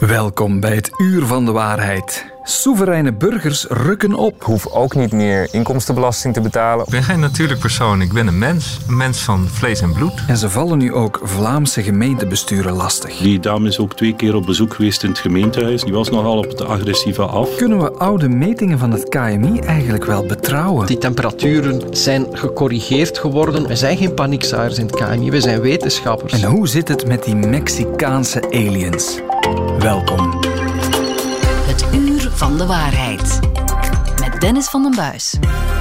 Welkom bij het Uur van de Waarheid. Soevereine burgers rukken op. Ik hoef ook niet meer inkomstenbelasting te betalen. Ik ben geen natuurlijk persoon, ik ben een mens van vlees en bloed. En ze vallen nu ook Vlaamse gemeentebesturen lastig. Die dame is ook 2 keer op bezoek geweest in het gemeentehuis. Die was nogal op het agressieve af. Kunnen we oude metingen van het KMI eigenlijk wel betrouwen? Die temperaturen zijn gecorrigeerd geworden. We zijn geen paniekzaaiers in het KMI, we zijn wetenschappers. En hoe zit het met die Mexicaanse aliens? Welkom. Het Uur van de Waarheid. Met Dennis van den Buis.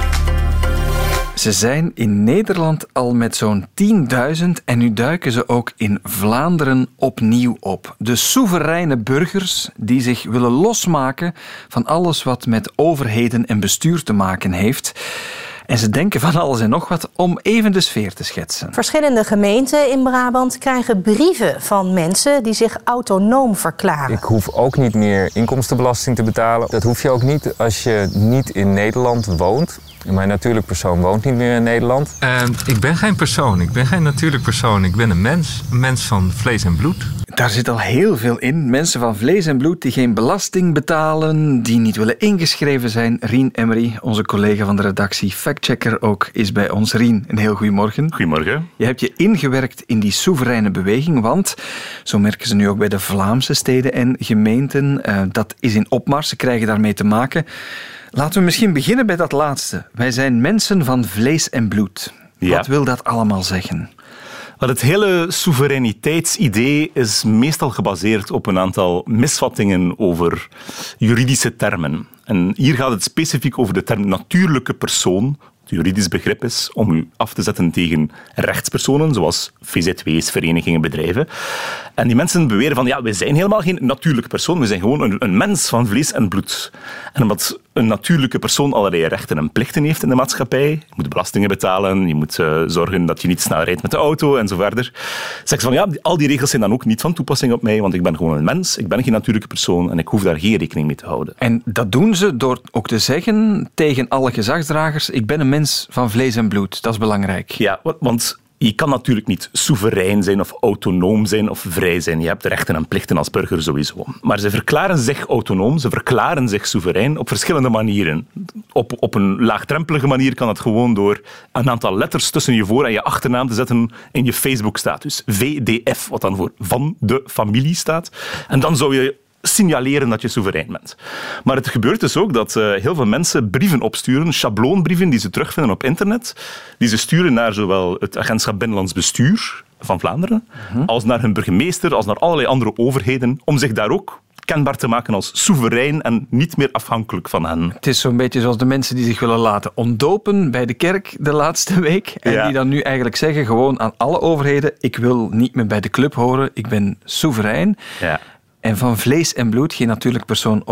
Ze zijn in Nederland al met zo'n 10.000 en nu duiken ze ook in Vlaanderen opnieuw op. De soevereine burgers die zich willen losmaken van alles wat met overheden en bestuur te maken heeft. En ze denken van alles en nog wat om even de sfeer te schetsen. Verschillende gemeenten in Brabant krijgen brieven van mensen die zich autonoom verklaren. Ik hoef ook niet meer inkomstenbelasting te betalen. Dat hoef je ook niet als je niet in Nederland woont. Mijn natuurlijk persoon woont niet meer in Nederland. Ik ben geen persoon, ik ben geen natuurlijk persoon. Ik ben een mens van vlees en bloed. Daar zit al heel veel in. Mensen van vlees en bloed die geen belasting betalen, die niet willen ingeschreven zijn. Rien Emery, onze collega van de redactie, factchecker ook, is bij ons. Rien, een heel goedemorgen. Goedemorgen. Je hebt je ingewerkt in die soevereine beweging, want zo merken ze nu ook bij de Vlaamse steden en gemeenten. Dat is in opmars, ze krijgen daarmee te maken. Laten we misschien beginnen bij dat laatste. Wij zijn mensen van vlees en bloed. Ja. Wat wil dat allemaal zeggen? Maar het hele soevereiniteitsidee is meestal gebaseerd op een aantal misvattingen over juridische termen. En hier gaat het specifiek over de term natuurlijke persoon. Het juridisch begrip is om u af te zetten tegen rechtspersonen, zoals VZW's, verenigingen, bedrijven. En die mensen beweren van, ja, wij zijn helemaal geen natuurlijke persoon, we zijn gewoon een mens van vlees en bloed. En omdat een natuurlijke persoon allerlei rechten en plichten heeft in de maatschappij, je moet belastingen betalen, je moet zorgen dat je niet snel rijdt met de auto en zo verder, zeggen ze van, ja, al die regels zijn dan ook niet van toepassing op mij, want ik ben gewoon een mens, ik ben geen natuurlijke persoon en ik hoef daar geen rekening mee te houden. En dat doen ze door ook te zeggen tegen alle gezagsdragers, ik ben een mens van vlees en bloed. Dat is belangrijk. Ja, want je kan natuurlijk niet soeverein zijn of autonoom zijn of vrij zijn. Je hebt rechten en plichten als burger sowieso. Maar ze verklaren zich autonoom, ze verklaren zich soeverein op verschillende manieren. Op een laagdrempelige manier kan het gewoon door een aantal letters tussen je voor- en je achternaam te zetten in je Facebook-status. VDF, wat dan voor van de familie staat. En dan zou je signaleren dat je soeverein bent. Maar het gebeurt dus ook dat heel veel mensen brieven opsturen, schabloonbrieven die ze terugvinden op internet, die ze sturen naar zowel het Agentschap Binnenlands Bestuur van Vlaanderen, als naar hun burgemeester, als naar allerlei andere overheden, om zich daar ook kenbaar te maken als soeverein en niet meer afhankelijk van hen. Het is zo'n beetje zoals de mensen die zich willen laten ontdopen bij de kerk de laatste week. En die dan nu eigenlijk zeggen gewoon aan alle overheden, ik wil niet meer bij de club horen, ik ben soeverein. Ja. En van vlees en bloed, geen natuurlijk persoon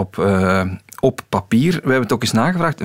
op papier. We hebben het ook eens nagevraagd.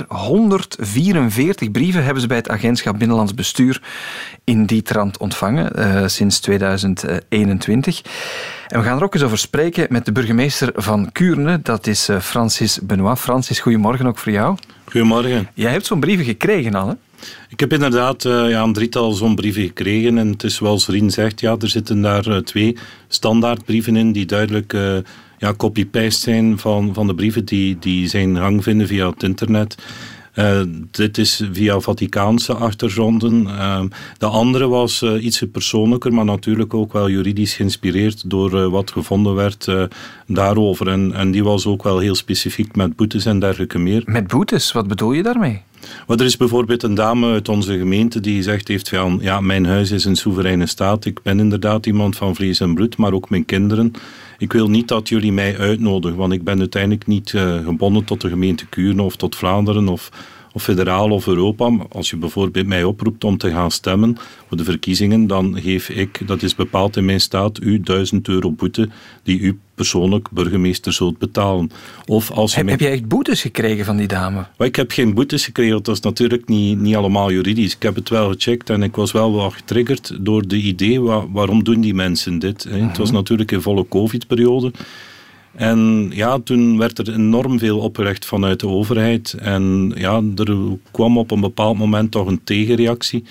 444 brieven hebben ze bij het Agentschap Binnenlands Bestuur in die trant ontvangen, sinds 2021. En we gaan er ook eens over spreken met de burgemeester van Kuurne. Dat is Francis Benoit. Francis, goedemorgen ook voor jou. Goedemorgen. Jij hebt zo'n brieven gekregen al, hè? Ik heb inderdaad een 3-tal zo'n brieven gekregen. En het is zoals Rien zegt, ja, er zitten daar 2 standaardbrieven in die duidelijk copy-paste zijn van de brieven die zijn gang vinden via het internet. Dit is via Vaticaanse achtergronden. De andere was iets persoonlijker, maar natuurlijk ook wel juridisch geïnspireerd door wat gevonden werd daarover. En die was ook wel heel specifiek met boetes en dergelijke meer. Met boetes? Wat bedoel je daarmee? Maar er is bijvoorbeeld een dame uit onze gemeente die gezegd heeft van, ja, mijn huis is een soevereine staat. Ik ben inderdaad iemand van vlees en bloed, maar ook mijn kinderen. Ik wil niet dat jullie mij uitnodigen, want ik ben uiteindelijk niet gebonden tot de gemeente Kuurne of tot Vlaanderen of federaal of Europa. Als je bijvoorbeeld mij oproept om te gaan stemmen voor de verkiezingen, dan geef ik, dat is bepaald in mijn staat, u €1000 boete die u persoonlijk burgemeester zult betalen. Of als Heb jij echt boetes gekregen van die dame? Maar ik heb geen boetes gekregen, want dat is natuurlijk niet allemaal juridisch. Ik heb het wel gecheckt en ik was wel getriggerd door de idee, waarom doen die mensen dit? Het was natuurlijk een volle COVID-periode. En ja, toen werd er enorm veel opgelegd vanuit de overheid. En ja, er kwam op een bepaald moment toch een tegenreactie.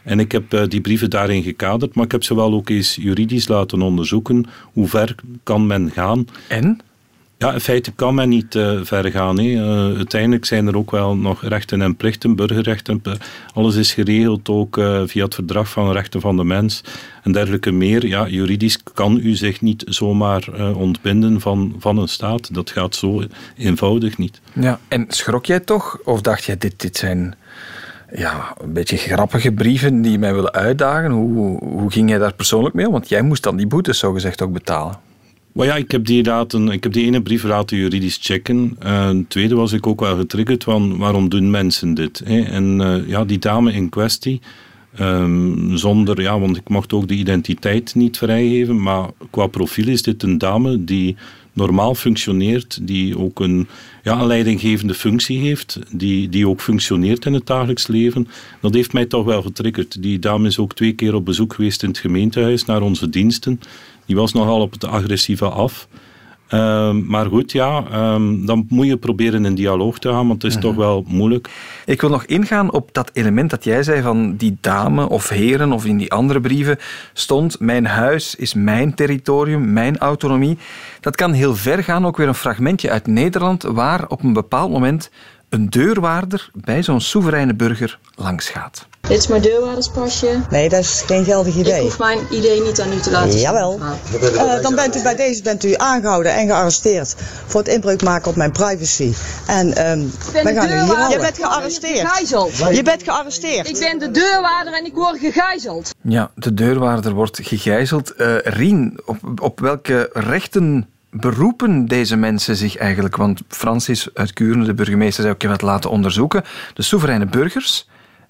En ik heb die brieven daarin gekaderd, maar ik heb ze wel ook eens juridisch laten onderzoeken. Hoe ver kan men gaan? En? Ja, in feite kan men niet ver gaan. Uiteindelijk zijn er ook wel nog rechten en plichten, burgerrechten. Alles is geregeld ook via het Verdrag van de Rechten van de Mens en dergelijke meer. Ja, juridisch kan u zich niet zomaar ontbinden van een staat. Dat gaat zo eenvoudig niet. Ja, en schrok jij toch? Of dacht jij, dit zijn een beetje grappige brieven die mij willen uitdagen? Hoe ging jij daar persoonlijk mee om? Want jij moest dan die boetes zogezegd ook betalen. Maar ja, ik heb die ene brief laten juridisch checken. Ten tweede was ik ook wel getriggerd van waarom doen mensen dit? Hè? En die dame in kwestie, want ik mocht ook de identiteit niet vrijgeven, maar qua profiel is dit een dame die normaal functioneert, die ook een leidinggevende functie heeft, die ook functioneert in het dagelijks leven. Dat heeft mij toch wel getriggerd. Die dame is ook 2 keer op bezoek geweest in het gemeentehuis naar onze diensten. Die was nogal op het agressieve af. Maar goed, dan moet je proberen in dialoog te gaan, want het is toch wel moeilijk. Ik wil nog ingaan op dat element dat jij zei van die dame of heren, of in die andere brieven stond, mijn huis is mijn territorium, mijn autonomie. Dat kan heel ver gaan, ook weer een fragmentje uit Nederland, waar op een bepaald moment een deurwaarder bij zo'n soevereine burger langsgaat. Dit is mijn deurwaarderspasje. Nee, dat is geen geldig idee. Ik hoef mijn idee niet aan u te laten zien. Jawel. Dan bent u bij deze aangehouden en gearresteerd voor het inbreuk maken op mijn privacy. En dan gaan we hier houden. Je bent gearresteerd. Gegijzeld. Je bent gearresteerd. Ik ben de deurwaarder en ik word gegijzeld. Ja, de deurwaarder wordt gegijzeld. Rien, op welke rechten beroepen deze mensen zich eigenlijk? Want Francis uit Kuurne, de burgemeester, zei ook, je hebt het laten onderzoeken. De soevereine burgers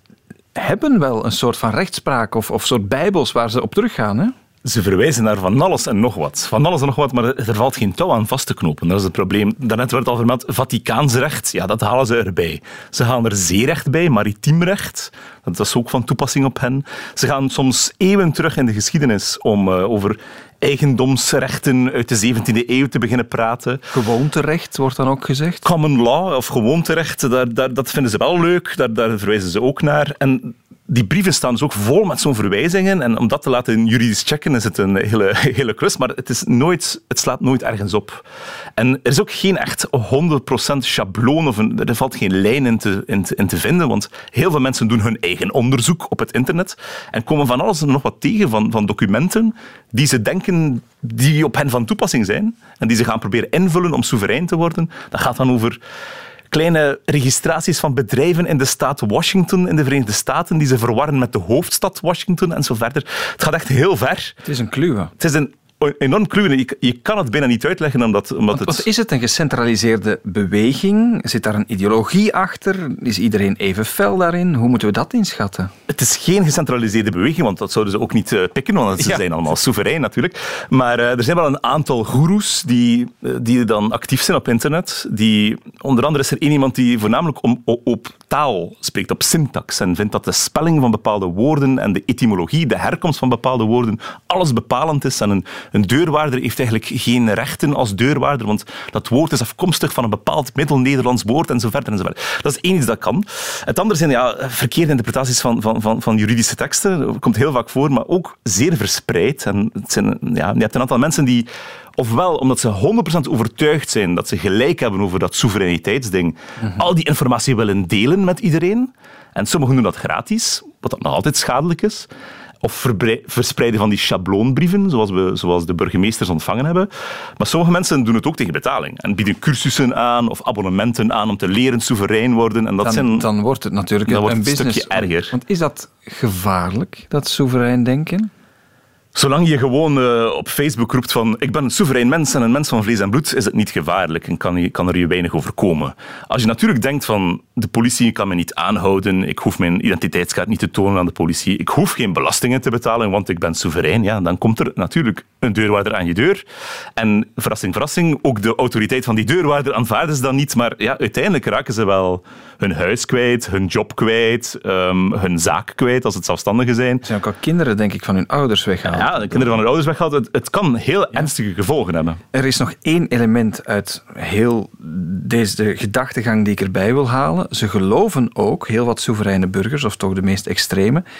hebben wel een soort van rechtspraak of soort bijbels waar ze op teruggaan, hè? Ze verwijzen naar van alles en nog wat. Van alles en nog wat, maar er valt geen touw aan vast te knopen. Dat is het probleem. Daarnet werd al vermeld, Vaticaansrecht, dat halen ze erbij. Ze gaan er zeerecht bij, maritiem recht. Dat is ook van toepassing op hen. Ze gaan soms eeuwen terug in de geschiedenis om over eigendomsrechten uit de 17e eeuw te beginnen praten. Gewoonterecht wordt dan ook gezegd. Common law of gewoonterecht, dat vinden ze wel leuk. Daar verwijzen ze ook naar. En die brieven staan dus ook vol met zo'n verwijzingen. En om dat te laten juridisch checken is het een hele klus. Maar het slaat nooit ergens op. En er is ook geen echt 100% schabloon of er valt geen lijn in te vinden. Want heel veel mensen doen hun eigen onderzoek op het internet en komen van alles en nog wat tegen van documenten die ze denken die op hen van toepassing zijn en die ze gaan proberen invullen om soeverein te worden. Dat gaat dan over kleine registraties van bedrijven in de staat Washington in de Verenigde Staten die ze verwarren met de hoofdstad Washington en zo verder. Het gaat echt heel ver. Het is een kluwe. Het is een enorm kluwe. Je kan het bijna niet uitleggen omdat Want is het een gecentraliseerde beweging? Zit daar een ideologie achter? Is iedereen even fel daarin? Hoe moeten we dat inschatten? Het is geen gecentraliseerde beweging, want dat zouden ze ook niet pikken, want ze zijn allemaal soeverein natuurlijk. Maar er zijn wel een aantal goeroes die dan actief zijn op internet. Onder andere is er iemand die voornamelijk op taal spreekt, op syntax, en vindt dat de spelling van bepaalde woorden en de etymologie, de herkomst van bepaalde woorden, alles bepalend is. En een deurwaarder heeft eigenlijk geen rechten als deurwaarder, want dat woord is afkomstig van een bepaald Middel-Nederlands woord en zo verder en zo verder. Dat is één iets dat kan. Het andere zijn verkeerde interpretaties van juridische teksten. Dat komt heel vaak voor, maar ook zeer verspreid. En je hebt een aantal mensen die, ofwel omdat ze 100% overtuigd zijn dat ze gelijk hebben over dat soevereiniteitsding, al die informatie willen delen met iedereen. En sommigen doen dat gratis, wat dat nog altijd schadelijk is. Of verspreiden van die schabloonbrieven, zoals de burgemeesters ontvangen hebben. Maar sommige mensen doen het ook tegen betaling. En bieden cursussen aan of abonnementen aan om te leren soeverein worden. En dan wordt het natuurlijk een business. Stukje erger. Want is dat gevaarlijk, dat soeverein denken? Zolang je gewoon op Facebook roept van ik ben een soeverein mens en een mens van vlees en bloed, is het niet gevaarlijk en kan er je weinig overkomen. Als je natuurlijk denkt van de politie kan me niet aanhouden, ik hoef mijn identiteitskaart niet te tonen aan de politie, ik hoef geen belastingen te betalen, want ik ben soeverein, dan komt er natuurlijk een deurwaarder aan je deur. En verrassing, verrassing, ook de autoriteit van die deurwaarder aanvaarden ze dan niet, maar uiteindelijk raken ze wel hun huis kwijt, hun job kwijt, hun zaak kwijt als het zelfstandigen zijn. Er zijn ook al kinderen, denk ik, van hun ouders weggehaald. Ja, de kinderen van hun ouders weggehaald. Het kan heel ernstige gevolgen hebben. Er is nog één element uit heel deze gedachtegang die ik erbij wil halen. Ze geloven ook, heel wat soevereine burgers, of toch de meest extreme,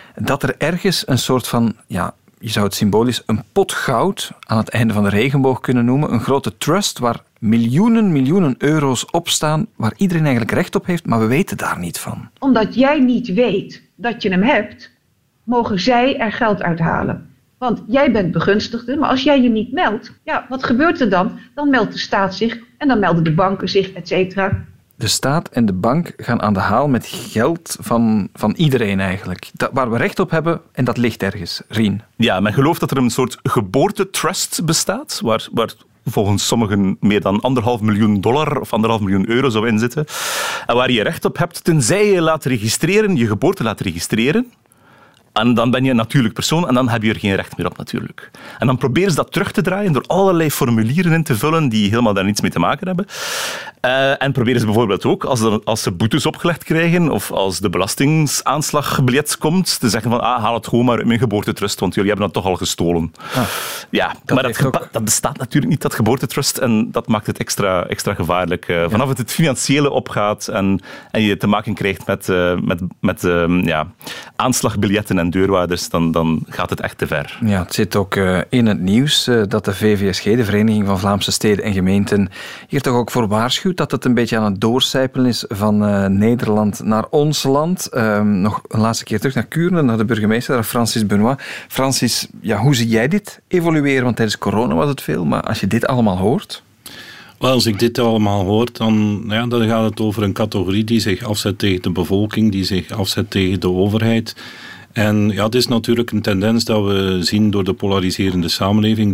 dat er ergens een soort van, ja, je zou het symbolisch een pot goud aan het einde van de regenboog kunnen noemen, een grote trust waar miljoenen euro's op staan, waar iedereen eigenlijk recht op heeft, maar we weten daar niet van. Omdat jij niet weet dat je hem hebt, mogen zij er geld uithalen. Want jij bent begunstigde, maar als jij je niet meldt, ja, wat gebeurt er dan? Dan meldt de staat zich en dan melden de banken zich, et cetera. De staat en de bank gaan aan de haal met geld van iedereen eigenlijk. Waar we recht op hebben, en dat ligt ergens. Rien. Ja, men gelooft dat er een soort geboortetrust bestaat, waar volgens sommigen meer dan $1,5 miljoen of €1,5 miljoen zou inzitten. En waar je recht op hebt, tenzij je geboorte laat registreren. En dan ben je een natuurlijk persoon en dan heb je er geen recht meer op natuurlijk. En dan proberen ze dat terug te draaien door allerlei formulieren in te vullen die helemaal daar niets mee te maken hebben. En proberen ze bijvoorbeeld ook, als ze boetes opgelegd krijgen of als de belastingaanslagbiljet komt, te zeggen van haal het gewoon maar uit mijn geboortetrust, want jullie hebben dat toch al gestolen. Ja, maar dat bestaat natuurlijk niet, dat geboortetrust, en dat maakt het extra gevaarlijk. Vanaf het financiële opgaat en je te maken krijgt met aanslagbiljetten en deurwaarders, dan gaat het echt te ver. Ja, het zit ook in het nieuws dat de VVSG, de Vereniging van Vlaamse Steden en Gemeenten, hier toch ook voor waarschuwt dat het een beetje aan het doorcijpelen is van Nederland naar ons land. Nog een laatste keer terug naar Kuurne, naar de burgemeester, naar Francis Benoit. Francis, hoe zie jij dit evolueren? Want tijdens corona was het veel, maar als je dit allemaal hoort... Wel, als ik dit allemaal hoor, dan gaat het over een categorie die zich afzet tegen de bevolking, die zich afzet tegen de overheid. En ja, het is natuurlijk een tendens dat we zien door de polariserende samenleving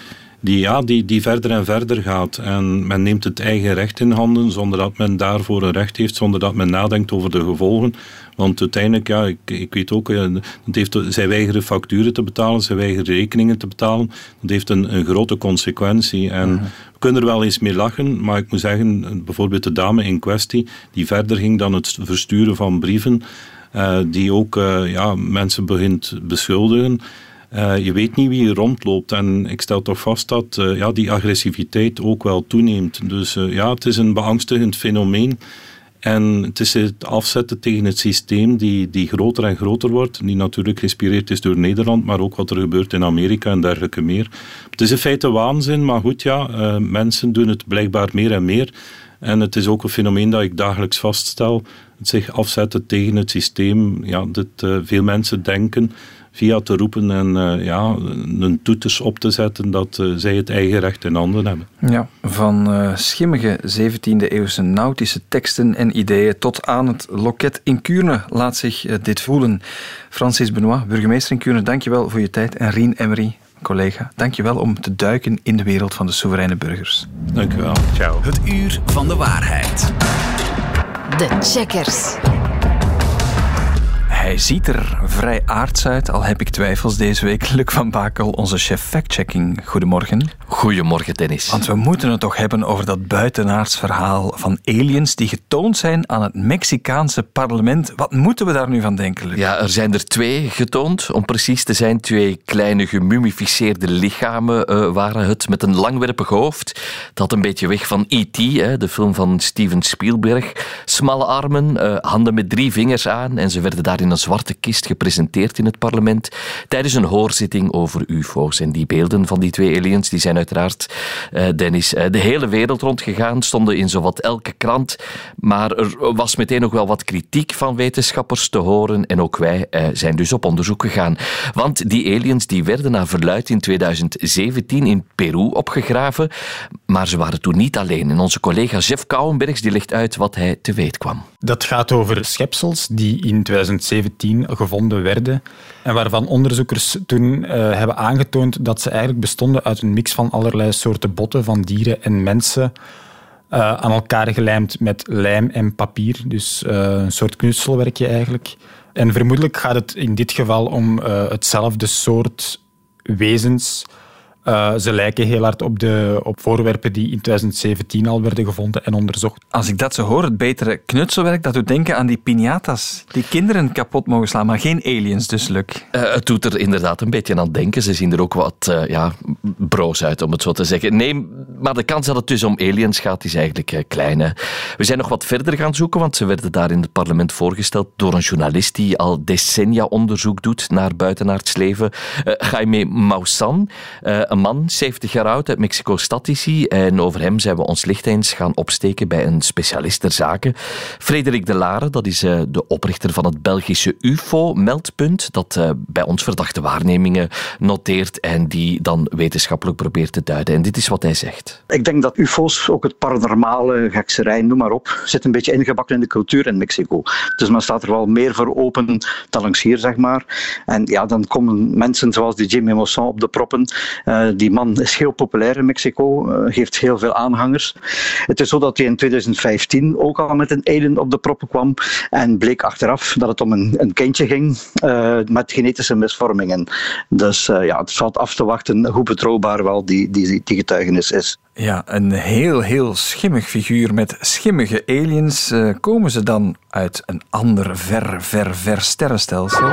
die verder en verder gaat. En men neemt het eigen recht in handen zonder dat men daarvoor een recht heeft, zonder dat men nadenkt over de gevolgen. Want uiteindelijk, ik weet ook, zij weigeren facturen te betalen, zij weigeren rekeningen te betalen. Dat heeft een grote consequentie. En we kunnen er wel eens mee lachen, maar ik moet zeggen, bijvoorbeeld de dame in kwestie, die verder ging dan het versturen van brieven, die ook mensen begint beschuldigen. Je weet niet wie er rondloopt en ik stel toch vast dat die agressiviteit ook wel toeneemt. Dus het is een beangstigend fenomeen. En het is het afzetten tegen het systeem die groter en groter wordt, die natuurlijk geïnspireerd is door Nederland, maar ook wat er gebeurt in Amerika en dergelijke meer. Het is in feite waanzin, maar goed, mensen doen het blijkbaar meer en meer. En het is ook een fenomeen dat ik dagelijks vaststel. Het zich afzetten tegen het systeem, veel mensen denken via te roepen en een toeters op te zetten dat zij het eigen recht in handen hebben. Ja, van schimmige 17e-eeuwse nautische teksten en ideeën tot aan het loket in Kuurne laat zich dit voelen. Francis Benoit, burgemeester in Kuurne, dankjewel voor je tijd. En Rien Emery, collega, dankjewel om te duiken in de wereld van de soevereine burgers. Dankjewel. Ciao. Het uur van de waarheid. De checkers. Hij ziet er vrij aards uit, al heb ik twijfels deze week. Luc van Bakel, onze chef fact-checking. Goedemorgen. Goedemorgen, Dennis. Want we moeten het toch hebben over dat buitenaards verhaal van aliens die getoond zijn aan het Mexicaanse parlement. Wat moeten we daar nu van denken, Luc? Ja, er zijn er 2 getoond, om precies te zijn. 2 kleine gemummificeerde lichamen waren het, met een langwerpig hoofd. Het had een beetje weg van E.T., de film van Steven Spielberg. Smalle armen, handen met 3 vingers aan en ze werden daar in een zwarte kist gepresenteerd in het parlement tijdens een hoorzitting over UFO's. En die beelden van die 2 aliens die zijn uiteraard, Dennis, de hele wereld rondgegaan, stonden in zowat elke krant, maar er was meteen nog wel wat kritiek van wetenschappers te horen en ook wij zijn dus op onderzoek gegaan. Want die aliens die werden naar verluidt in 2017 in Peru opgegraven, maar ze waren toen niet alleen. En onze collega Jeff Kouwenbergs die legt uit wat hij te weten kwam. Dat gaat over schepsels die in 2017 gevonden werden en waarvan onderzoekers toen hebben aangetoond dat ze eigenlijk bestonden uit een mix van allerlei soorten botten van dieren en mensen aan elkaar gelijmd met lijm en papier. Dus een soort knutselwerkje eigenlijk. En vermoedelijk gaat het in dit geval om hetzelfde soort wezens Ze lijken heel hard op voorwerpen die in 2017 al werden gevonden en onderzocht. Als ik dat zo hoor, het betere knutselwerk, dat doet denken aan die piñatas die kinderen kapot mogen slaan, maar geen aliens dus, Luc. Het doet er inderdaad een beetje aan denken. Ze zien er ook wat broos uit, om het zo te zeggen. Nee, maar de kans dat het dus om aliens gaat, is eigenlijk klein. Hè. We zijn nog wat verder gaan zoeken, want ze werden daar in het parlement voorgesteld door een journalist die al decennia onderzoek doet naar buitenaards leven. Jaime Maussan, een man, 70 jaar oud, uit Mexico-stad is hij. En over hem zijn we ons licht eens gaan opsteken bij een specialist ter zake. Frederik de Lare, dat is de oprichter van het Belgische UFO-meldpunt, dat bij ons verdachte waarnemingen noteert en die dan wetenschappelijk probeert te duiden. En dit is wat hij zegt. Ik denk dat UFO's, ook het paranormale, gekserij, noem maar op, zit een beetje ingebakken in de cultuur in Mexico. Dus men staat er wel meer voor open dan langs hier, zeg maar. En ja, dan komen mensen zoals die Jaime Maussan op de proppen. Die man is heel populair in Mexico, heeft heel veel aanhangers. Het is zo dat hij in 2015 ook al met een alien op de proppen kwam en bleek achteraf dat het om een kindje ging met genetische misvormingen. Dus het valt af te wachten hoe betrouwbaar wel die getuigenis is. Ja, een heel schimmig figuur met schimmige aliens. Komen ze dan uit een ander ver sterrenstelsel?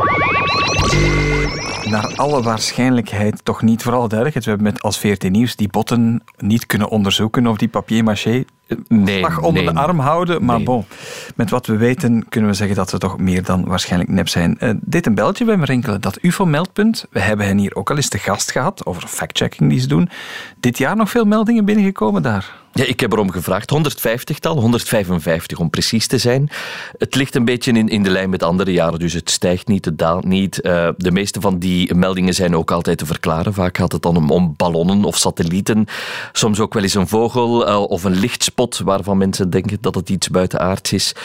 Naar alle waarschijnlijkheid toch niet. Voor alle duidelijkheid, we hebben met als VRT Nieuws die botten niet kunnen onderzoeken of die papier-mâché mag onder de arm houden. Maar bon, met wat we weten kunnen we zeggen dat ze toch meer dan waarschijnlijk nep zijn. Dit een beltje bij me rinkelen, dat UFO-meldpunt. We hebben hen hier ook al eens te gast gehad over fact-checking die ze doen. Dit jaar nog veel meldingen binnengekomen daar? Ja, ik heb erom gevraagd. 150-tal, 155 om precies te zijn. Het ligt een beetje in de lijn met andere jaren, dus het stijgt niet, het daalt niet. De meeste van die meldingen zijn ook altijd te verklaren. Vaak gaat het dan om ballonnen of satellieten. Soms ook wel eens een vogel of een lichtspot waarvan mensen denken dat het iets buitenaards is.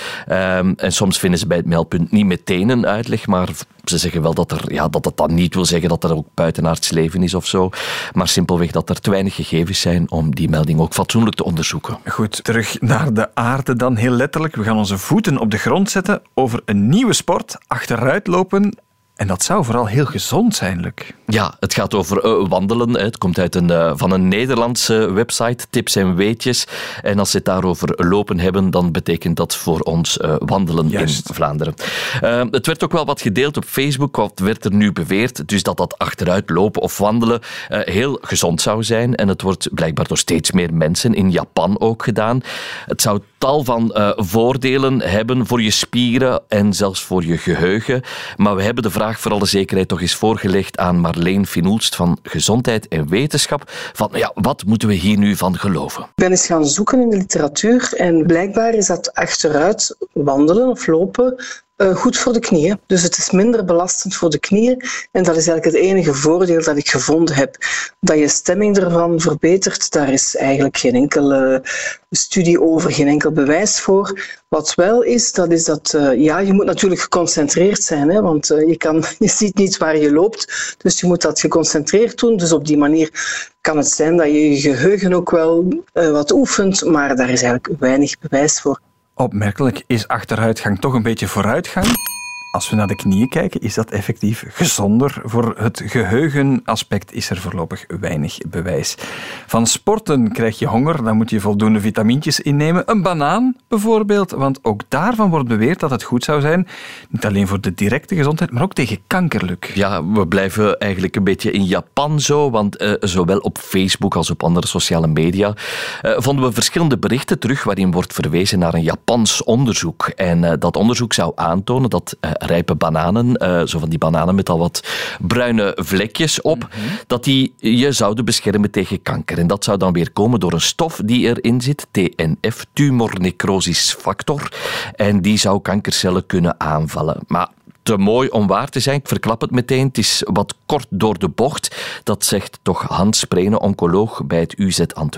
En soms vinden ze bij het meldpunt niet meteen een uitleg, maar ze zeggen wel dat het dan niet wil zeggen dat er ook buitenaards leven is of zo. Maar simpelweg dat er te weinig gegevens zijn om die melding ook fatsoenlijk te onderzoeken. Goed, terug naar de aarde dan heel letterlijk. We gaan onze voeten op de grond zetten over een nieuwe sport, achteruitlopen. En dat zou vooral heel gezond zijn, Luc. Ja, het gaat over wandelen. Het komt uit van een Nederlandse website, Tips en Weetjes. En als ze het daarover lopen hebben, dan betekent dat voor ons wandelen in Vlaanderen. Het werd ook wel wat gedeeld op Facebook. Wat werd er nu beweerd? Dus dat achteruit lopen of wandelen heel gezond zou zijn. En het wordt blijkbaar door steeds meer mensen, in Japan ook gedaan. Het zou tal van voordelen hebben voor je spieren en zelfs voor je geheugen. Maar we hebben de vraag voor alle zekerheid toch eens voorgelegd aan Marleen Finoelst van Gezondheid en Wetenschap. Van wat moeten we hier nu van geloven? Ik ben eens gaan zoeken in de literatuur en blijkbaar is dat achteruit wandelen of lopen goed voor de knieën. Dus het is minder belastend voor de knieën en dat is eigenlijk het enige voordeel dat ik gevonden heb. Dat je stemming ervan verbetert, daar is eigenlijk geen enkele studie over, geen enkel bewijs voor. Wat wel is dat je moet natuurlijk geconcentreerd zijn, hè, want je ziet niet waar je loopt, dus je moet dat geconcentreerd doen. Dus op die manier kan het zijn dat je je geheugen ook wel wat oefent, maar daar is eigenlijk weinig bewijs voor. Opmerkelijk, is achteruitgang toch een beetje vooruitgang? Als we naar de knieën kijken, is dat effectief gezonder. Voor het geheugenaspect is er voorlopig weinig bewijs. Van sporten krijg je honger, dan moet je voldoende vitamintjes innemen. Een banaan bijvoorbeeld, want ook daarvan wordt beweerd dat het goed zou zijn. Niet alleen voor de directe gezondheid, maar ook tegen kanker, Luc. Ja, we blijven eigenlijk een beetje in Japan zo, want zowel op Facebook als op andere sociale media vonden we verschillende berichten terug waarin wordt verwezen naar een Japans onderzoek. En dat onderzoek zou aantonen dat rijpe bananen, zo van die bananen met al wat bruine vlekjes op, dat die je zouden beschermen tegen kanker. En dat zou dan weer komen door een stof die erin zit, TNF, tumor necrosis factor. En die zou kankercellen kunnen aanvallen. Maar te mooi om waar te zijn. Ik verklap het meteen. Het is wat kort door de bocht. Dat zegt toch Hans Sprene, oncoloog bij het UZ Antwerpen.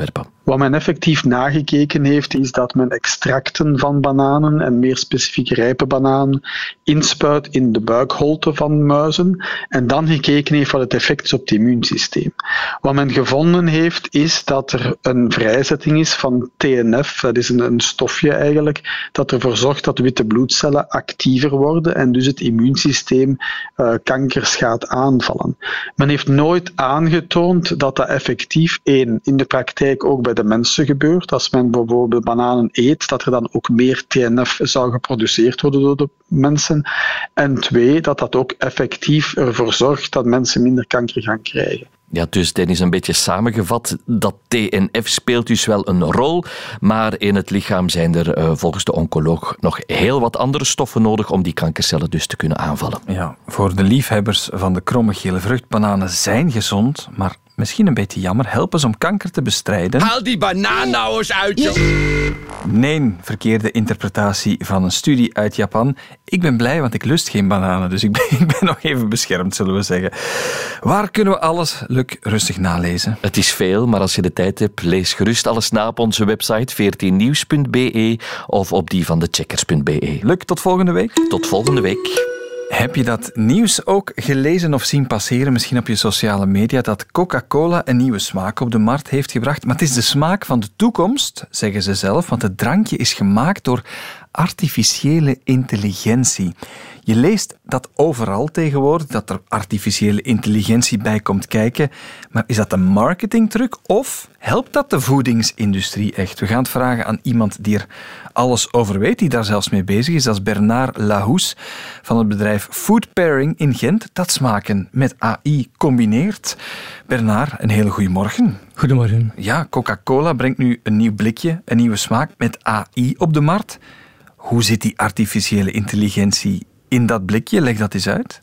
Wat men effectief nagekeken heeft, is dat men extracten van bananen en meer specifiek rijpe bananen inspuit in de buikholte van muizen en dan gekeken heeft wat het effect is op het immuunsysteem. Wat men gevonden heeft, is dat er een vrijzetting is van TNF, dat is een stofje eigenlijk, dat ervoor zorgt dat witte bloedcellen actiever worden en dus het immuunsysteem kankers gaat aanvallen. Men heeft nooit aangetoond dat dat effectief, in de praktijk ook bij de mensen gebeurt. Als men bijvoorbeeld bananen eet, dat er dan ook meer TNF zou geproduceerd worden door de mensen. En 2, dat dat ook effectief ervoor zorgt dat mensen minder kanker gaan krijgen. Ja, dus Dennis, een beetje samengevat, dat TNF speelt dus wel een rol, maar in het lichaam zijn er volgens de oncoloog nog heel wat andere stoffen nodig om die kankercellen dus te kunnen aanvallen. Ja, voor de liefhebbers van de kromme gele vrucht, bananen zijn gezond, maar misschien een beetje jammer, helpen ze om kanker te bestrijden. Haal die banaan nou eens uit, joh! Nee, verkeerde interpretatie van een studie uit Japan. Ik ben blij, want ik lust geen bananen, dus ik ben nog even beschermd, zullen we zeggen. Waar kunnen we alles, Luc, rustig nalezen? Het is veel, maar als je de tijd hebt, lees gerust alles na op onze website 14nieuws.be of op die van decheckers.be. Luc, tot volgende week. Tot volgende week. Heb je dat nieuws ook gelezen of zien passeren, misschien op je sociale media, dat Coca-Cola een nieuwe smaak op de markt heeft gebracht? Maar het is de smaak van de toekomst, zeggen ze zelf, want het drankje is gemaakt door artificiële intelligentie. Je leest dat overal tegenwoordig, dat er artificiële intelligentie bij komt kijken. Maar is dat een marketingtruc of helpt dat de voedingsindustrie echt? We gaan het vragen aan iemand die er alles over weet, die daar zelfs mee bezig is. Dat is Bernard Lahoes van het bedrijf Food Pairing in Gent, dat smaken met AI combineert. Bernard, een hele goede morgen. Goedemorgen. Ja, Coca-Cola brengt nu een nieuw blikje, een nieuwe smaak met AI op de markt. Hoe zit die artificiële intelligentie in dat blikje? Leg dat eens uit.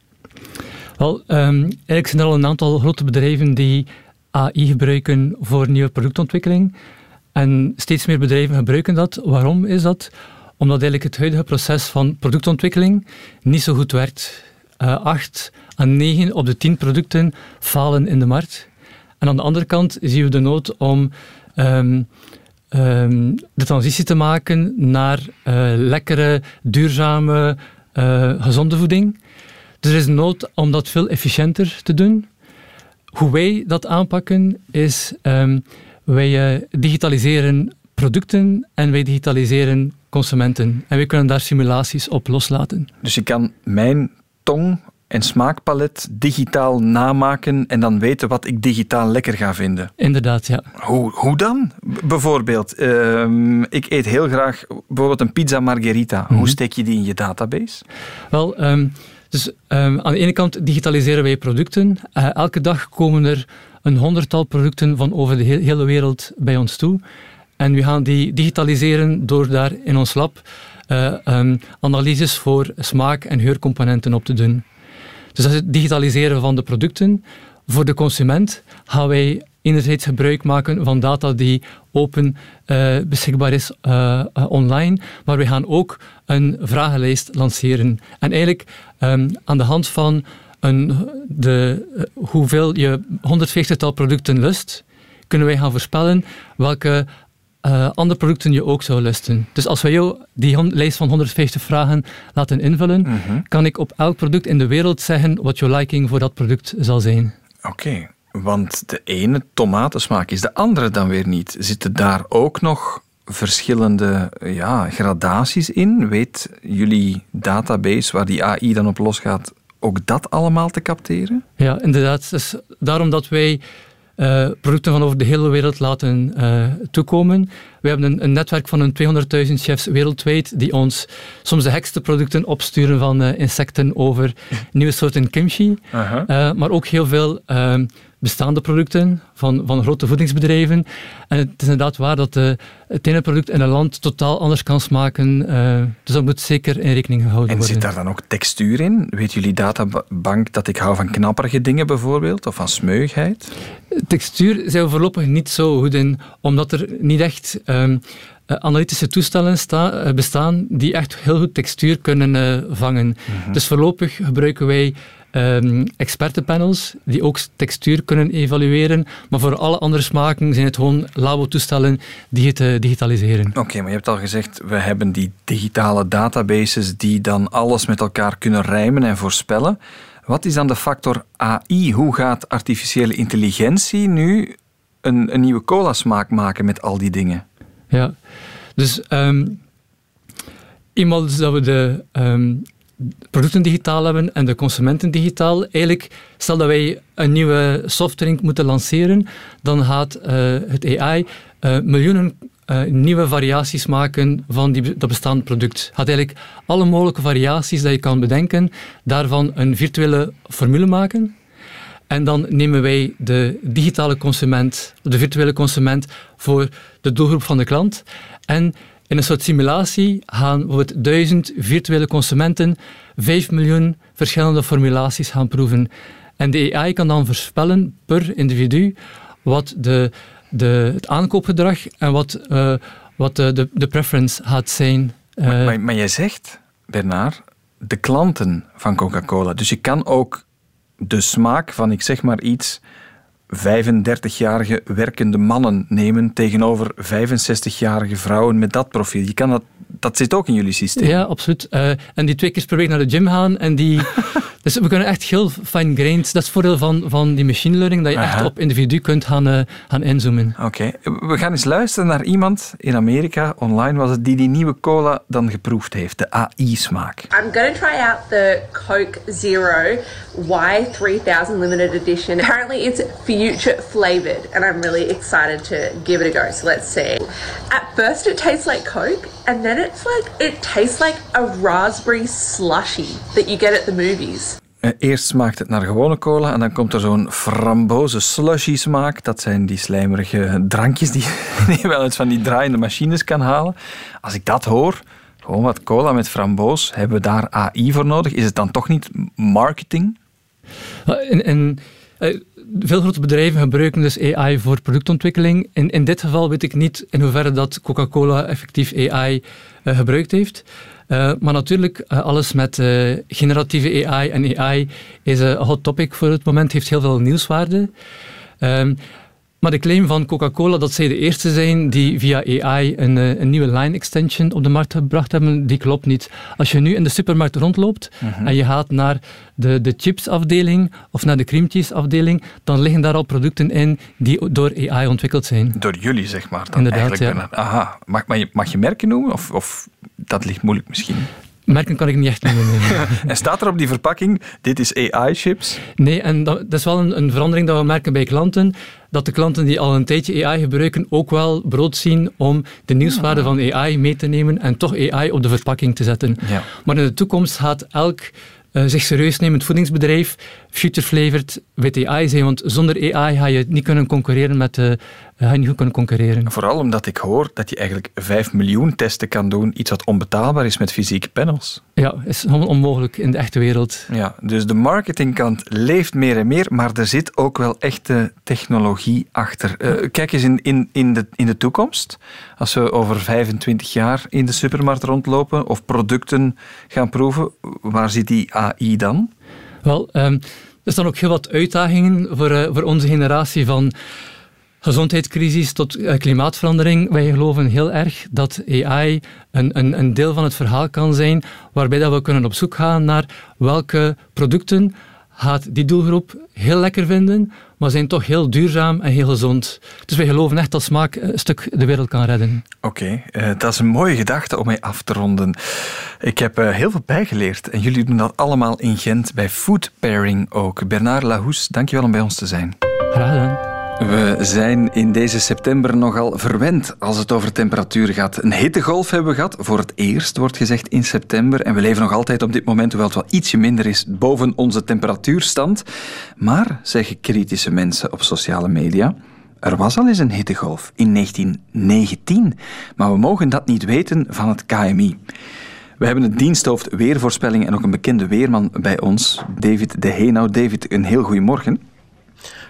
Wel, eigenlijk zijn er al een aantal grote bedrijven die AI gebruiken voor nieuwe productontwikkeling. En steeds meer bedrijven gebruiken dat. Waarom is dat? Omdat eigenlijk het huidige proces van productontwikkeling niet zo goed werkt. 8 à 9 op de 10 producten falen in de markt. En aan de andere kant zien we de nood om de transitie te maken naar lekkere, duurzame, gezonde voeding. Dus er is nood om dat veel efficiënter te doen. Hoe wij dat aanpakken is, wij digitaliseren producten en wij digitaliseren consumenten. En wij kunnen daar simulaties op loslaten. Dus je kan mijn tong en smaakpalet digitaal namaken en dan weten wat ik digitaal lekker ga vinden. Inderdaad, ja. Hoe dan? Bijvoorbeeld, ik eet heel graag bijvoorbeeld een pizza margherita. Mm-hmm. Hoe steek je die in je database? Wel, dus aan de ene kant digitaliseren wij producten. Elke dag komen er een 100-tal producten van over de hele wereld bij ons toe. En we gaan die digitaliseren door daar in ons lab analyses voor smaak- en geurcomponenten op te doen. Dus dat is het digitaliseren van de producten. Voor de consument gaan wij enerzijds gebruik maken van data die open beschikbaar is online, maar we gaan ook een vragenlijst lanceren. En eigenlijk aan de hand van hoeveel je 150-tal producten lust, kunnen wij gaan voorspellen welke andere producten je ook zou lusten. Dus als wij jou die lijst van 150 vragen laten invullen, kan ik op elk product in de wereld zeggen wat je liking voor dat product zal zijn. Oké, want de ene tomatensmaak is de andere dan weer niet. Zitten daar ook nog verschillende gradaties in? Weet jullie database waar die AI dan op losgaat ook dat allemaal te capteren? Ja, inderdaad. Dus daarom dat wij producten van over de hele wereld laten toekomen. We hebben een netwerk van 200.000 chefs wereldwijd die ons soms de gekste producten opsturen van insecten over nieuwe soorten kimchi. Maar ook heel veel bestaande producten van grote voedingsbedrijven. En het is inderdaad waar dat het ene product in een land totaal anders kan smaken. Dus dat moet zeker in rekening gehouden worden. En zit daar dan ook textuur in? Weet jullie databank dat ik hou van knapperige dingen bijvoorbeeld? Of van smeuigheid? Textuur zijn we voorlopig niet zo goed in, omdat er niet echt analytische toestellen bestaan die echt heel goed textuur kunnen vangen. Dus voorlopig gebruiken wij expertenpanels die ook textuur kunnen evalueren, maar voor alle andere smaken zijn het gewoon labo-toestellen die het digitaliseren. Oké, maar je hebt al gezegd, we hebben die digitale databases die dan alles met elkaar kunnen rijmen en voorspellen. Wat is dan de factor AI? Hoe gaat artificiële intelligentie nu een nieuwe cola-smaak maken met al die dingen? Ja, dus eenmaal dus dat we de producten digitaal hebben en de consumenten digitaal. Eigenlijk, stel dat wij een nieuwe softdrink moeten lanceren, dan gaat het AI miljoenen nieuwe variaties maken van dat bestaande product. Gaat eigenlijk alle mogelijke variaties dat je kan bedenken, daarvan een virtuele formule maken. En dan nemen wij de digitale consument, de virtuele consument, voor de doelgroep van de klant. En in een soort simulatie gaan bijvoorbeeld 1000 virtuele consumenten 5 miljoen verschillende formulaties gaan proeven. En de AI kan dan voorspellen per individu wat het aankoopgedrag en wat de preference gaat zijn. Maar jij zegt, Bernard, de klanten van Coca-Cola. Dus je kan ook de smaak van, ik zeg maar iets, 35-jarige werkende mannen nemen tegenover 65-jarige vrouwen met dat profiel. Je kan dat zit ook in jullie systeem. Ja, absoluut. En die 2 keer per week naar de gym gaan. En dus we kunnen echt heel fine-grained. Dat is het voordeel van die machine learning, dat je echt op individu kunt gaan inzoomen. Oké. We gaan eens luisteren naar iemand in Amerika, online was het, die nieuwe cola dan geproefd heeft, de AI-smaak. I'm going to try out the Coke Zero Y3000 limited edition. Apparently it's future flavored and I'm really excited to give it a go. So let's see. At first it tastes like Coke and then it tastes like a raspberry slushy that you get at the movies. Eerst smaakt het naar gewone cola en dan komt er zo'n frambozen slushy smaak. Dat zijn die slijmerige drankjes die je wel eens van die draaiende machines kan halen. Als ik dat hoor, gewoon wat cola met framboos, hebben we daar AI voor nodig? Is het dan toch niet marketing? Veel grote bedrijven gebruiken dus AI voor productontwikkeling. In dit geval weet ik niet in hoeverre dat Coca-Cola effectief AI gebruikt heeft. Maar natuurlijk, alles met generatieve AI en AI is een hot topic voor het moment, heeft heel veel nieuwswaarde. Maar de claim van Coca-Cola dat zij de eerste zijn die via AI een nieuwe line extension op de markt gebracht hebben, die klopt niet. Als je nu in de supermarkt rondloopt en je gaat naar de chipsafdeling of naar de creamcheese-afdeling, dan liggen daar al producten in die door AI ontwikkeld zijn. Door jullie, zeg maar. Dan inderdaad, eigenlijk. Ja. Aha. Mag je merken noemen? Of dat ligt moeilijk misschien? Merken kan ik niet echt noemen. En staat er op die verpakking, dit is AI-chips? Nee, en dat is wel een verandering dat we merken bij klanten, dat de klanten die al een tijdje AI gebruiken ook wel brood zien om de nieuwswaarde van AI mee te nemen en toch AI op de verpakking te zetten. Ja. Maar in de toekomst gaat elk zich serieus nemend voedingsbedrijf future-flavored with AI zijn, want zonder AI ga je niet kunnen concurreren Vooral omdat ik hoor dat je eigenlijk 5 miljoen testen kan doen, iets wat onbetaalbaar is met fysieke panels. Ja, is gewoon onmogelijk in de echte wereld. Ja, dus de marketingkant leeft meer en meer, maar er zit ook wel echte technologie achter. Kijk eens in de toekomst, als we over 25 jaar in de supermarkt rondlopen of producten gaan proeven, waar zit die AI dan? Wel, er staan ook heel wat uitdagingen voor onze generatie, van gezondheidscrisis tot klimaatverandering. Wij geloven heel erg dat AI een deel van het verhaal kan zijn, waarbij dat we kunnen op zoek gaan naar welke producten gaat die doelgroep heel lekker vinden, maar zijn toch heel duurzaam en heel gezond. Dus wij geloven echt dat smaak een stuk de wereld kan redden. Oké, dat is een mooie gedachte om mee af te ronden. Ik heb heel veel bijgeleerd en jullie doen dat allemaal in Gent bij Food Pairing ook. Bernard Lahoes, dankjewel om bij ons te zijn. Graag gedaan. We zijn in deze september nogal verwend als het over temperatuur gaat. Een hittegolf hebben we gehad, voor het eerst wordt gezegd in september. En we leven nog altijd op dit moment, hoewel het wel ietsje minder is, boven onze temperatuurstand. Maar, zeggen kritische mensen op sociale media, er was al eens een hittegolf in 1919. Maar we mogen dat niet weten van het KMI. We hebben het diensthoofd weervoorspelling en ook een bekende weerman bij ons, David de Heenau. David, een heel goeiemorgen.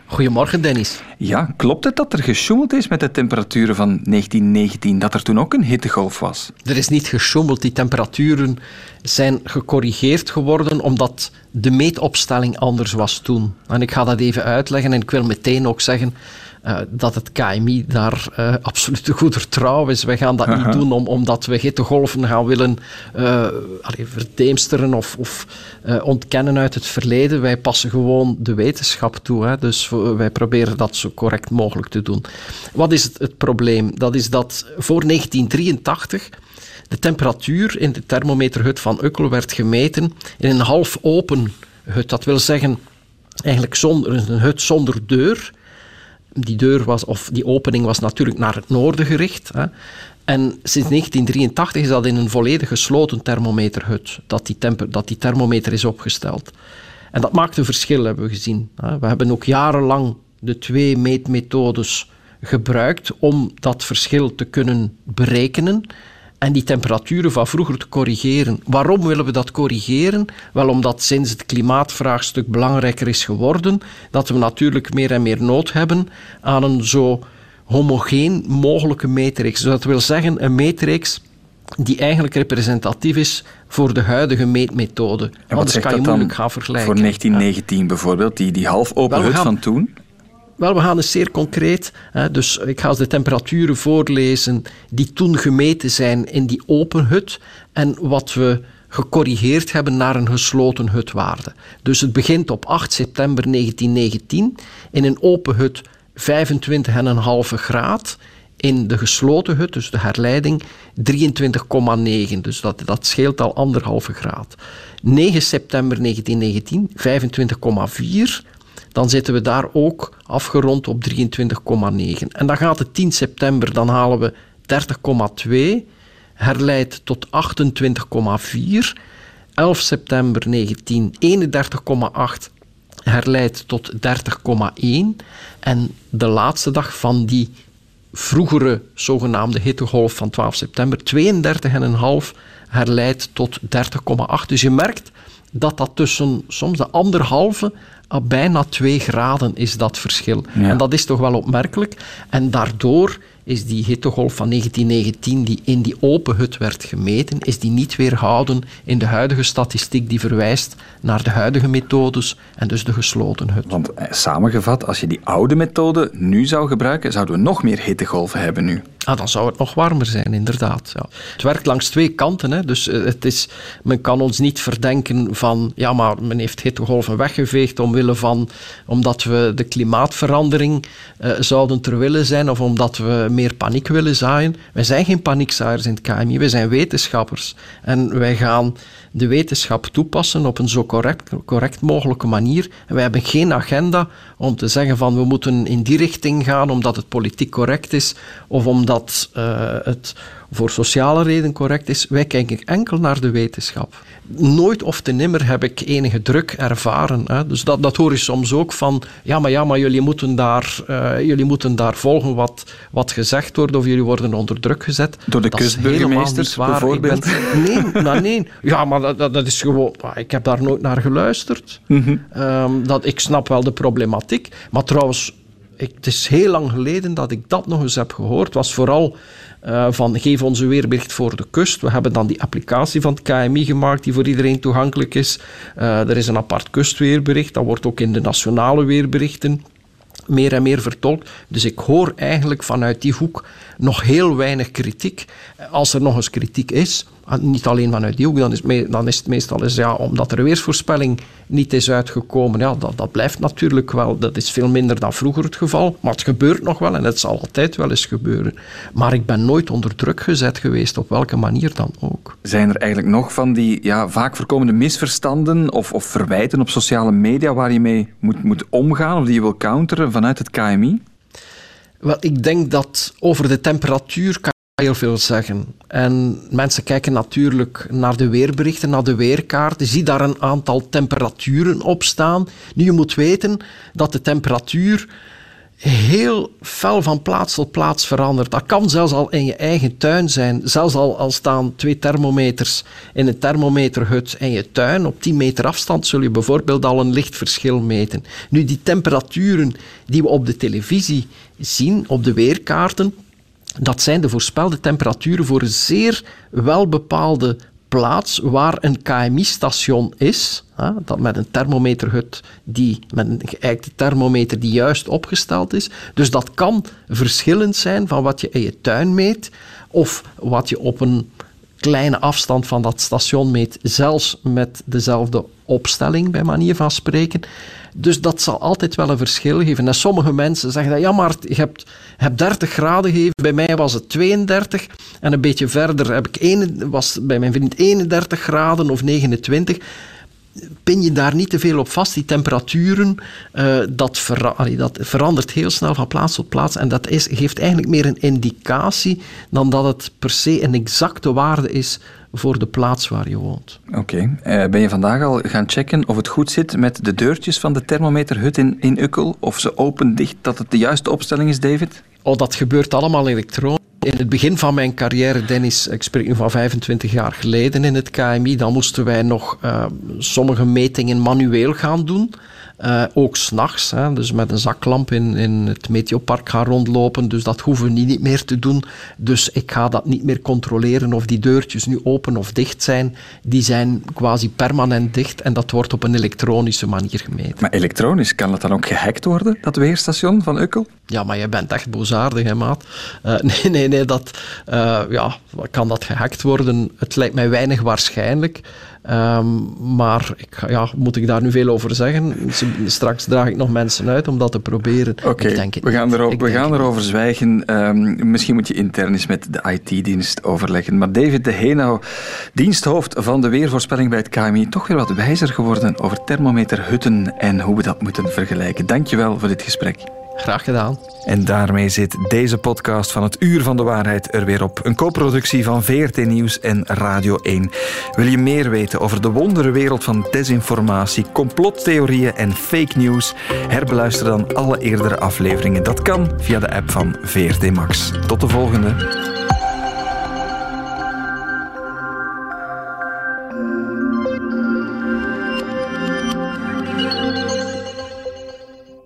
Goedemorgen, Dennis. Ja, klopt het dat er gesjoemeld is met de temperaturen van 1919? Dat er toen ook een hittegolf was? Er is niet gesjoemeld. Die temperaturen zijn gecorrigeerd geworden omdat de meetopstelling anders was toen. En ik ga dat even uitleggen en ik wil meteen ook zeggen dat het KMI daar absoluut te goeder trouw is. Wij gaan dat niet doen omdat we hittegolven gaan willen verdeemsteren of ontkennen uit het verleden. Wij passen gewoon de wetenschap toe. Hè. Dus wij proberen dat zo correct mogelijk te doen. Wat is het probleem? Dat is dat voor 1983 de temperatuur in de thermometerhut van Uckel werd gemeten in een half open hut. Dat wil zeggen eigenlijk een hut zonder deur. Die opening was natuurlijk naar het noorden gericht. Hè. En sinds 1983 is dat in een volledig gesloten thermometerhut dat die thermometer is opgesteld. En dat maakt een verschil, hebben we gezien. We hebben ook jarenlang de 2 meetmethodes gebruikt om dat verschil te kunnen berekenen en die temperaturen van vroeger te corrigeren. Waarom willen we dat corrigeren? Wel omdat sinds het klimaatvraagstuk belangrijker is geworden, dat we natuurlijk meer en meer nood hebben aan een zo homogeen mogelijke meetreeks. Dus dat wil zeggen een meetreeks die eigenlijk representatief is voor de huidige meetmethode. En wat zegt kan je dat moeilijk dan gaan vergelijken. Voor 1919 bijvoorbeeld, die half open hut van toen? Wel, we gaan eens zeer concreet. Dus ik ga eens de temperaturen voorlezen die toen gemeten zijn in die open hut en wat we gecorrigeerd hebben naar een gesloten hutwaarde. Dus het begint op 8 september 1919 in een open hut 25,5 graad. In de gesloten hut, dus de herleiding, 23,9. Dus dat scheelt al 1,5 graad. 9 september 1919, 25,4. Dan zitten we daar ook afgerond op 23,9. En dan gaat het 10 september, dan halen we 30,2. Herleid tot 28,4. 11 september 19, 31,8. Herleid tot 30,1. En de laatste dag van die vroegere zogenaamde hittegolf van 12 september, 32,5, herleidt tot 30,8. Dus je merkt dat tussen soms de 1,5 à bijna 2 graden is dat verschil. Ja. En dat is toch wel opmerkelijk. En daardoor is die hittegolf van 1919, die in die open hut werd gemeten, is die niet weerhouden in de huidige statistiek die verwijst naar de huidige methodes en dus de gesloten hut. Want samengevat, als je die oude methode nu zou gebruiken, zouden we nog meer hittegolven hebben nu. Dan zou het nog warmer zijn, inderdaad. Ja. Het werkt langs 2 kanten. Hè. Dus men kan ons niet verdenken van, ja, maar men heeft hittegolven weggeveegd omdat we de klimaatverandering zouden ter wille zijn of omdat we meer paniek willen zaaien. Wij zijn geen paniekzaaiers in het KMI, wij zijn wetenschappers. En wij gaan de wetenschap toepassen op een zo correct mogelijke manier. En wij hebben geen agenda om te zeggen van we moeten in die richting gaan omdat het politiek correct is of omdat het voor sociale redenen correct is. Wij kijken enkel naar de wetenschap. Nooit of te nimmer heb ik enige druk ervaren. Hè. Dus dat hoor je soms ook van ja, maar jullie moeten daar volgen wat gezegd wordt of jullie worden onder druk gezet. Door de kustburgemeesters bijvoorbeeld? Nee. Ja, maar dat is gewoon... Ik heb daar nooit naar geluisterd. Ik snap wel de problematiek. Maar trouwens, het is heel lang geleden dat ik dat nog eens heb gehoord. Het was vooral van geef ons een weerbericht voor de kust. We hebben dan die applicatie van het KMI gemaakt die voor iedereen toegankelijk is. Er is een apart kustweerbericht. Dat wordt ook in de nationale weerberichten meer en meer vertolkt. Dus ik hoor eigenlijk vanuit die hoek nog heel weinig kritiek. Als er nog eens kritiek is, niet alleen vanuit die hoek, dan is het meestal eens, omdat er weersvoorspelling niet is uitgekomen. Ja, dat blijft natuurlijk wel. Dat is veel minder dan vroeger het geval. Maar het gebeurt nog wel en het zal altijd wel eens gebeuren. Maar ik ben nooit onder druk gezet geweest, op welke manier dan ook. Zijn er eigenlijk nog van die vaak voorkomende misverstanden of verwijten op sociale media waar je mee moet omgaan of die je wil counteren vanuit het KMI? Wel, ik denk dat over de temperatuur kan heel veel zeggen. En mensen kijken natuurlijk naar de weerberichten, naar de weerkaart. Je ziet daar een aantal temperaturen op staan. Nu, je moet weten dat de temperatuur heel fel van plaats tot plaats verandert. Dat kan zelfs al in je eigen tuin zijn. Zelfs al staan 2 thermometers in een thermometerhut in je tuin. Op 10 meter afstand zul je bijvoorbeeld al een licht verschil meten. Nu, die temperaturen die we op de televisie zien, op de weerkaarten, dat zijn de voorspelde temperaturen voor een zeer welbepaalde plaats waar een KMI-station is, dat met een thermometerhut, met een geëikte thermometer die juist opgesteld is. Dus dat kan verschillend zijn van wat je in je tuin meet of wat je op een kleine afstand van dat station meet, zelfs met dezelfde opstelling, bij manier van spreken. Dus dat zal altijd wel een verschil geven. En sommige mensen zeggen dat, ja, maar je hebt 30 graden gegeven. Bij mij was het 32. En een beetje verder was bij mijn vriend 31 graden of 29. Pin je daar niet te veel op vast. Die temperaturen, dat verandert heel snel van plaats tot plaats. En dat geeft eigenlijk meer een indicatie dan dat het per se een exacte waarde is voor de plaats waar je woont. Oké. Ben je vandaag al gaan checken of het goed zit met de deurtjes van de thermometerhut in Ukkel? Of ze open, dicht, dat het de juiste opstelling is, David? Dat gebeurt allemaal elektronisch. In het begin van mijn carrière, Dennis, ik spreek nu van 25 jaar geleden in het KMI, dan moesten wij nog sommige metingen manueel gaan doen. Ook 's nachts, dus met een zaklamp in het Meteopark gaan rondlopen. Dus dat hoeven we niet meer te doen. Dus ik ga dat niet meer controleren of die deurtjes nu open of dicht zijn. Die zijn quasi permanent dicht en dat wordt op een elektronische manier gemeten. Maar elektronisch, kan het dan ook gehackt worden, dat weerstation van Ukkel? Ja, maar jij bent echt boosaardig, hè, maat? Nee, kan dat gehackt worden? Het lijkt mij weinig waarschijnlijk. Maar moet ik daar nu veel over zeggen? Straks draag ik nog mensen uit om dat te proberen. Oké, we gaan erover zwijgen. Misschien moet je intern eens met de IT-dienst overleggen. Maar David de Henau, diensthoofd van de weervoorspelling bij het KMI, toch weer wat wijzer geworden over thermometerhutten en hoe we dat moeten vergelijken. Dank je wel voor dit gesprek. Graag gedaan. En daarmee zit deze podcast van het Uur van de Waarheid er weer op. Een co-productie van VRT Nieuws en Radio 1. Wil je meer weten over de wonderenwereld van desinformatie, complottheorieën en fake news? Herbeluister dan alle eerdere afleveringen. Dat kan via de app van VRT Max. Tot de volgende.